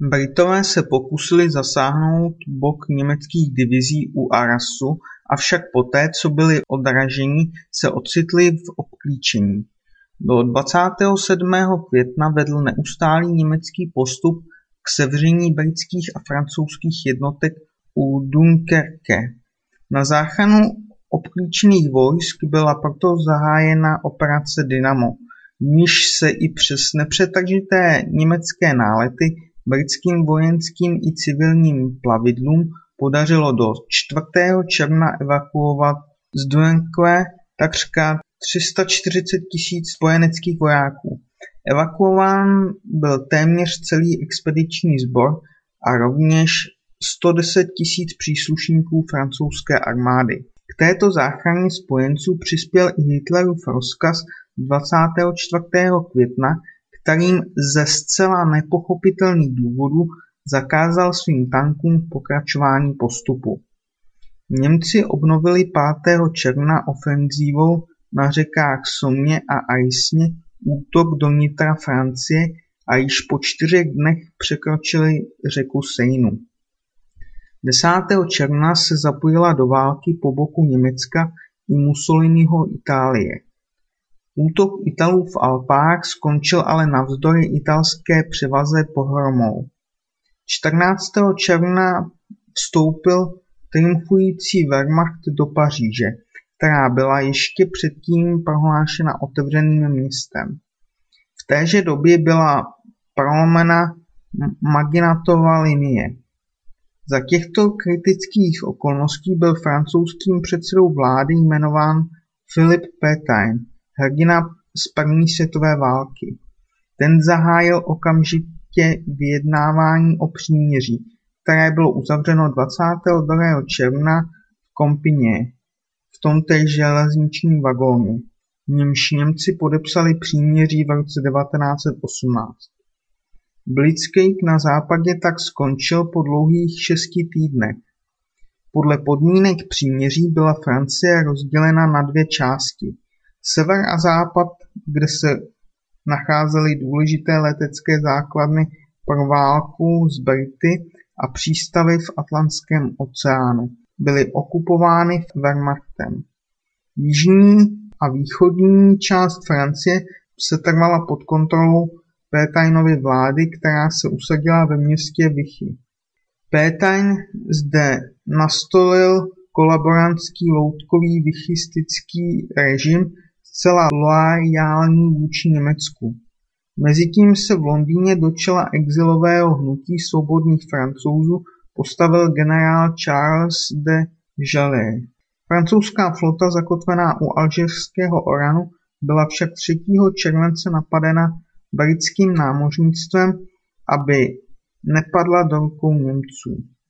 Britové se pokusili zasáhnout bok německých divizí u Arrasu, avšak poté, co byli odraženi, se ocitli v obklíčení. Do 27. května vedl neustálý německý postup k sevření britských a francouzských jednotek u Dunkerque. Na záchranu obklíčených vojsk byla proto zahájena operace Dynamo, v níž se i přes nepřetržité německé nálety britským vojenským i civilním plavidlům podařilo do 4. června evakuovat z Dunkerque takřka 340 000 spojeneckých vojáků. Evakuován byl téměř celý expediční sbor a rovněž 110 000 příslušníků francouzské armády. K této záchraně spojenců přispěl i Hitlerův rozkaz 24. května, kterým ze zcela nepochopitelných důvodů zakázal svým tankům pokračování postupu. Němci obnovili 5. června ofenzívou na řekách Somme a Aisne útok do nitra Francie a již po 4 dnech překročili řeku Seinu. 10. června se zapojila do války po boku Německa i Mussoliniho Itálie. Útok Italů v Alpách skončil ale navzdory italské převaze pohromou. 14. června vstoupil triumfující Wehrmacht do Paříže, která byla ještě předtím prohlášena otevřeným městem. V téže době byla prolomena Maginotova linie. Za těchto kritických okolností byl francouzským předsedou vlády jmenován Philippe Pétain, hrdina z první světové války. Ten zahájil okamžitě vyjednávání o příměří, které bylo uzavřeno 22. června v Compiègne, v tomtéž železničním vagóně. V němž Němci podepsali příměří v roce 1918. Blitzkrieg na západě tak skončil po dlouhých 6 týdnech. Podle podmínek příměří byla Francie rozdělena na 2 části. Sever a západ, kde se nacházely důležité letecké základny pro válku s Brity a přístavy v Atlantském oceánu, byly okupovány Wehrmachtem. Jižní a východní část Francie se trvala pod kontrolou Pétainovy vlády, která se usadila ve městě Vichy. Pétain zde nastolil kolaborantský loutkový vichystický režim, zcela loajální vůči Německu. Mezitím se v Londýně do čela exilového hnutí svobodných Francouzů postavil generál Charles de Gaulle. Francouzská flota zakotvená u alžírského Oranu byla však 3. července napadena britským námořnictvem, aby nepadla do rukou Němců.